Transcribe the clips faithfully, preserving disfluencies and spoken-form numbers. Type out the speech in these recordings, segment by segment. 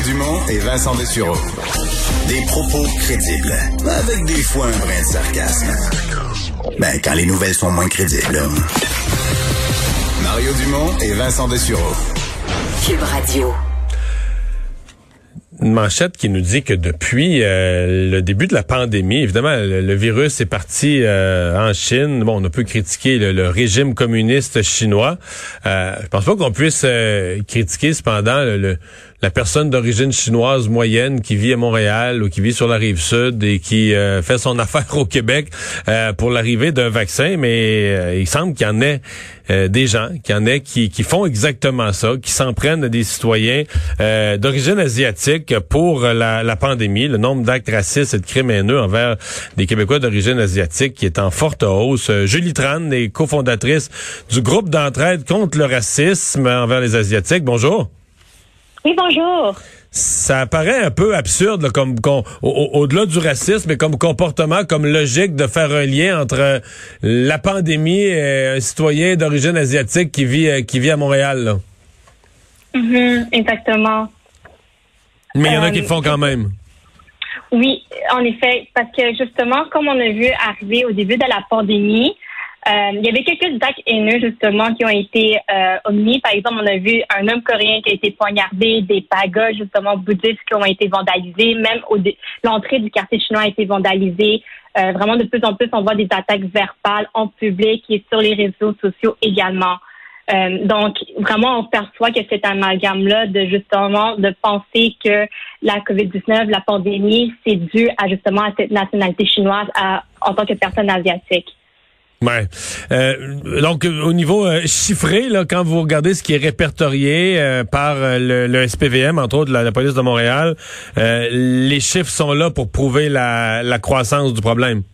Dumont et Vincent Dessureau. Des propos crédibles, avec des fois un brin de sarcasme. Ben, quand les nouvelles sont moins crédibles. Mario Dumont et Vincent Dessureau. Cube Radio. Une manchette qui nous dit que depuis euh, le début de la pandémie, évidemment, le, le virus est parti euh, en Chine. Bon, on a pu critiquer le, le régime communiste chinois. Euh, je pense pas qu'on puisse euh, critiquer cependant le, le, la personne d'origine chinoise moyenne qui vit à Montréal ou qui vit sur la rive sud et qui euh, fait son affaire au Québec euh, pour l'arrivée d'un vaccin. Mais euh, il semble qu'il y en ait euh, des gens, qu'il y en ait qui, qui font exactement ça, qui s'en prennent à des citoyens euh, d'origine asiatique pour la, la pandémie. Le nombre d'actes racistes et de crimes haineux envers des Québécois d'origine asiatique qui est en forte hausse. Euh, Julie Tran est cofondatrice du groupe d'entraide contre le racisme envers les Asiatiques. Bonjour. Oui, bonjour. Ça paraît un peu absurde, là, comme, comme au, au-delà du racisme, mais comme comportement, comme logique de faire un lien entre la pandémie et un citoyen d'origine asiatique qui vit qui vit à Montréal. Là. Mm-hmm, exactement. Mais il y en a euh, qui le font quand même. Oui, en effet, parce que justement, comme on a vu arriver au début de la pandémie, Euh, il y avait quelques actes haineux, justement, qui ont été euh, omis. Par exemple, on a vu un homme coréen qui a été poignardé, des pagodes, justement, bouddhistes qui ont été vandalisées. Même au dé- l'entrée du quartier chinois a été vandalisée. Euh, vraiment, de plus en plus, on voit des attaques verbales en public et sur les réseaux sociaux également. Euh, donc, vraiment, on perçoit que cet amalgame-là de, justement, de penser que la covid dix-neuf, la pandémie, c'est dû à, justement, à cette nationalité chinoise à, en tant que personne asiatique. Ouais. Euh, donc, au niveau euh, chiffré, là, quand vous regardez ce qui est répertorié euh, par euh, le, le S P V M, entre autres la, la police de Montréal, euh, les chiffres sont là pour prouver la, la croissance du problème.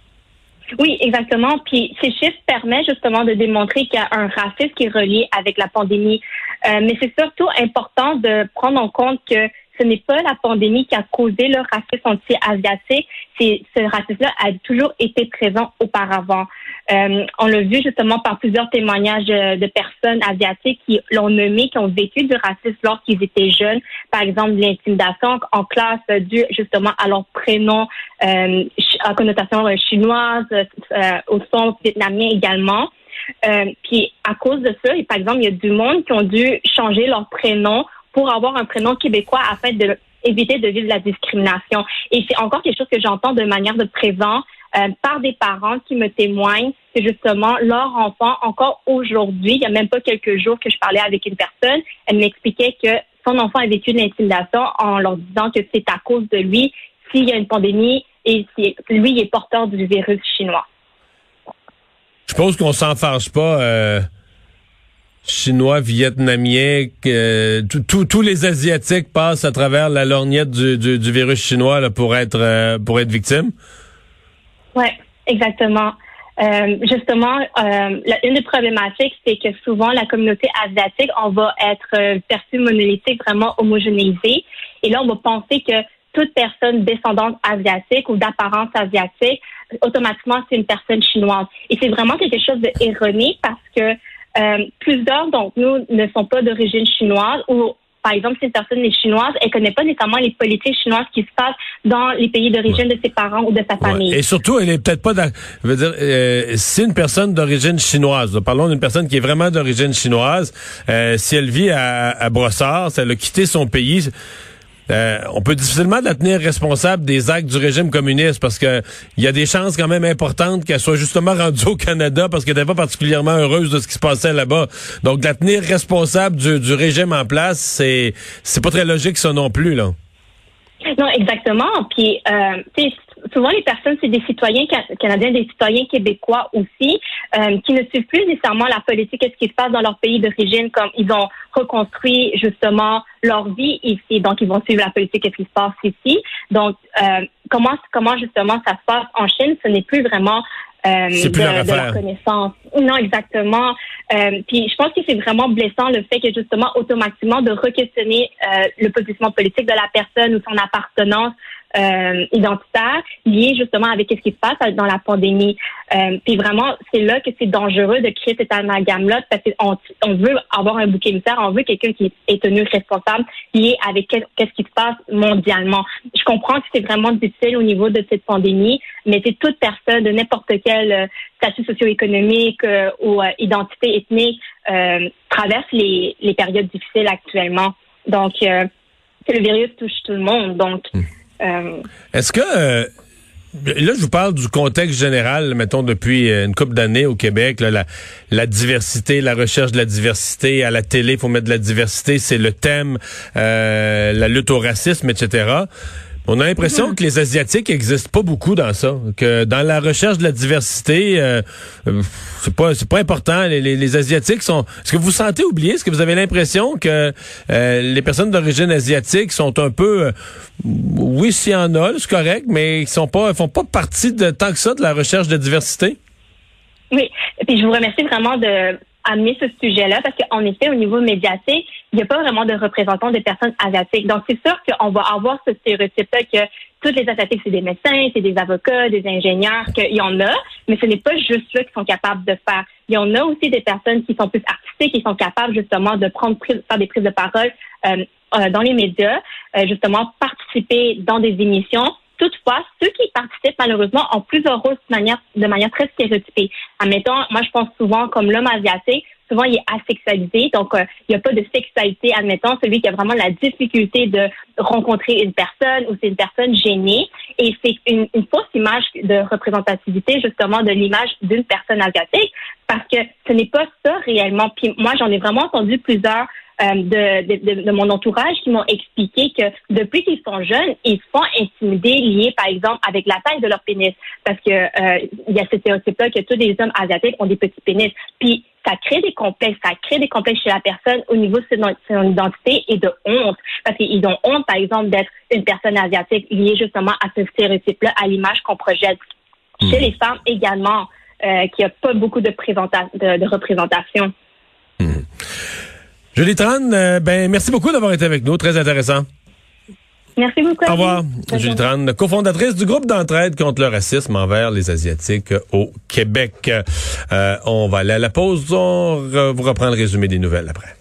Oui, exactement. Puis ces chiffres permettent justement de démontrer qu'il y a un racisme qui est relié avec la pandémie. Euh, mais c'est surtout important de prendre en compte que ce n'est pas la pandémie qui a causé le racisme anti-asiatique. C'est, ce racisme-là a toujours été présent auparavant. Euh, on l'a vu justement par plusieurs témoignages de personnes asiatiques qui l'ont nommé, qui ont vécu du racisme lorsqu'ils étaient jeunes. Par exemple, l'intimidation en classe due justement à leur prénom euh, à connotation chinoise, euh, au son vietnamien également. Euh, puis à cause de ça, et par exemple, il y a du monde qui ont dû changer leur prénom pour avoir un prénom québécois afin de éviter de vivre la discrimination. Et c'est encore quelque chose que j'entends de manière de présent euh, par des parents qui me témoignent que justement leur enfant, encore aujourd'hui, il y a même pas quelques jours que je parlais avec une personne, elle m'expliquait que son enfant a vécu de l'intimidation en leur disant que c'est à cause de lui s'il y a une pandémie et si lui il est porteur du virus chinois. Je pense qu'on s'en fâche pas... Euh... Chinois, Vietnamiens, que tous les Asiatiques passent à travers la lorgnette du, du, du virus chinois là, pour être euh, pour être victimes? Oui, exactement. Euh, justement, euh, la, une des problématiques, c'est que souvent la communauté asiatique, on va être euh, perçue monolithique, vraiment homogénéisée. Et là, on va penser que toute personne descendante asiatique ou d'apparence asiatique, automatiquement, c'est une personne chinoise. Et c'est vraiment quelque chose d'erroné parce que Euh, plusieurs d'entre nous ne sont pas d'origine chinoise ou, par exemple, si une personne est chinoise, elle ne connaît pas nécessairement les politiques chinoises qui se passent dans les pays d'origine ouais. de ses parents ou de sa famille. Ouais. Et surtout, elle est peut-être pas... Dans, je veux dire, euh, si une personne d'origine chinoise, là, parlons d'une personne qui est vraiment d'origine chinoise, euh, si elle vit à, à Brossard, si elle a quitté son pays... Euh, on peut difficilement la tenir responsable des actes du régime communiste parce que il y a des chances quand même importantes qu'elle soit justement rendue au Canada parce qu'elle n'était pas particulièrement heureuse de ce qui se passait là-bas. Donc, la tenir responsable du, du régime en place, c'est c'est pas très logique ça non plus, là. Non, exactement. Puis, euh, tu sais, souvent les personnes, c'est des citoyens canadiens, des citoyens québécois aussi, euh, qui ne suivent plus nécessairement la politique et ce qui se passe dans leur pays d'origine, comme ils ont reconstruit justement leur vie ici. Donc, ils vont suivre la politique et ce qui se passe ici. Donc, euh, comment comment justement ça se passe en Chine, ce n'est plus vraiment euh, c'est plus de, de la connaissance. Non, exactement. Euh, puis je pense que c'est vraiment blessant le fait que justement automatiquement de re-questionner euh, le positionnement politique de la personne ou son appartenance euh, identitaires liés justement avec ce qui se passe dans la pandémie. Euh, puis vraiment, c'est là que c'est dangereux de créer cet amalgame-là parce qu'on on veut avoir un bouc émissaire, on veut quelqu'un qui est tenu responsable lié avec qu'est-ce qui se passe mondialement. Je comprends que c'est vraiment difficile au niveau de cette pandémie, mais c'est toute personne de n'importe quel euh, statut socio-économique euh, ou euh, identité ethnique euh, traverse les, les périodes difficiles actuellement. Donc, euh, le virus touche tout le monde. Donc, euh, est-ce que euh, là, je vous parle du contexte général, mettons depuis une couple d'années au Québec, là, la, la diversité, la recherche de la diversité à la télé, il faut mettre de la diversité, c'est le thème, euh, la lutte au racisme, et cetera. On a l'impression mm-hmm. que les Asiatiques n'existent pas beaucoup dans ça, que dans la recherche de la diversité, euh, c'est pas c'est pas important. Les, les, les Asiatiques sont. Est-ce que vous vous sentez oublié? Est-ce que vous avez l'impression que euh, les personnes d'origine asiatique sont un peu, euh, oui, s'il y en a, c'est correct, mais ils sont pas, font pas partie de tant que ça de la recherche de diversité? Oui, et puis je vous remercie vraiment de amener ce sujet-là parce qu'en effet, au niveau médiatique, il n'y a pas vraiment de représentants de personnes asiatiques. Donc, c'est sûr qu'on va avoir ce stéréotype-là que tous les Asiatiques, c'est des médecins, c'est des avocats, des ingénieurs, qu'il y en a, mais ce n'est pas juste ceux qui sont capables de faire. Il y en a aussi des personnes qui sont plus artistiques, qui sont capables justement de prendre faire des prises de parole euh, euh, dans les médias, euh, justement participer dans des émissions. Toutefois, ceux qui participent, malheureusement, ont plusieurs rôles de manière, de manière très stéréotypée. Admettons, moi, je pense souvent comme l'homme asiatique, souvent, il est asexualisé. Donc, euh, il n'y a pas de sexualité. Admettons, celui qui a vraiment la difficulté de rencontrer une personne ou c'est une personne gênée. Et c'est une, une fausse image de représentativité, justement, de l'image d'une personne asiatique parce que ce n'est pas ça réellement. Puis moi, j'en ai vraiment entendu plusieurs Euh, de, de, de mon entourage qui m'ont expliqué que depuis qu'ils sont jeunes, ils se font intimider liés, par exemple, avec la taille de leur pénis. Parce que euh, il y a ce stéréotype-là que tous les hommes asiatiques ont des petits pénis. Puis ça crée des complexes, ça crée des complexes chez la personne au niveau de son, son identité et de honte. Parce qu'ils ont honte, par exemple, d'être une personne asiatique liée justement à ce stéréotype-là, à l'image qu'on projette. Mmh. Chez les femmes également, euh, qu'il n'y a pas beaucoup de, présenta- de, de représentation. Mmh. Julie Tran, euh, ben merci beaucoup d'avoir été avec nous, très intéressant. Merci beaucoup. Au revoir. Julie Tran, cofondatrice du groupe d'entraide contre le racisme envers les Asiatiques au Québec. Euh, on va aller à la pause, on re- vous reprend le résumé des nouvelles après.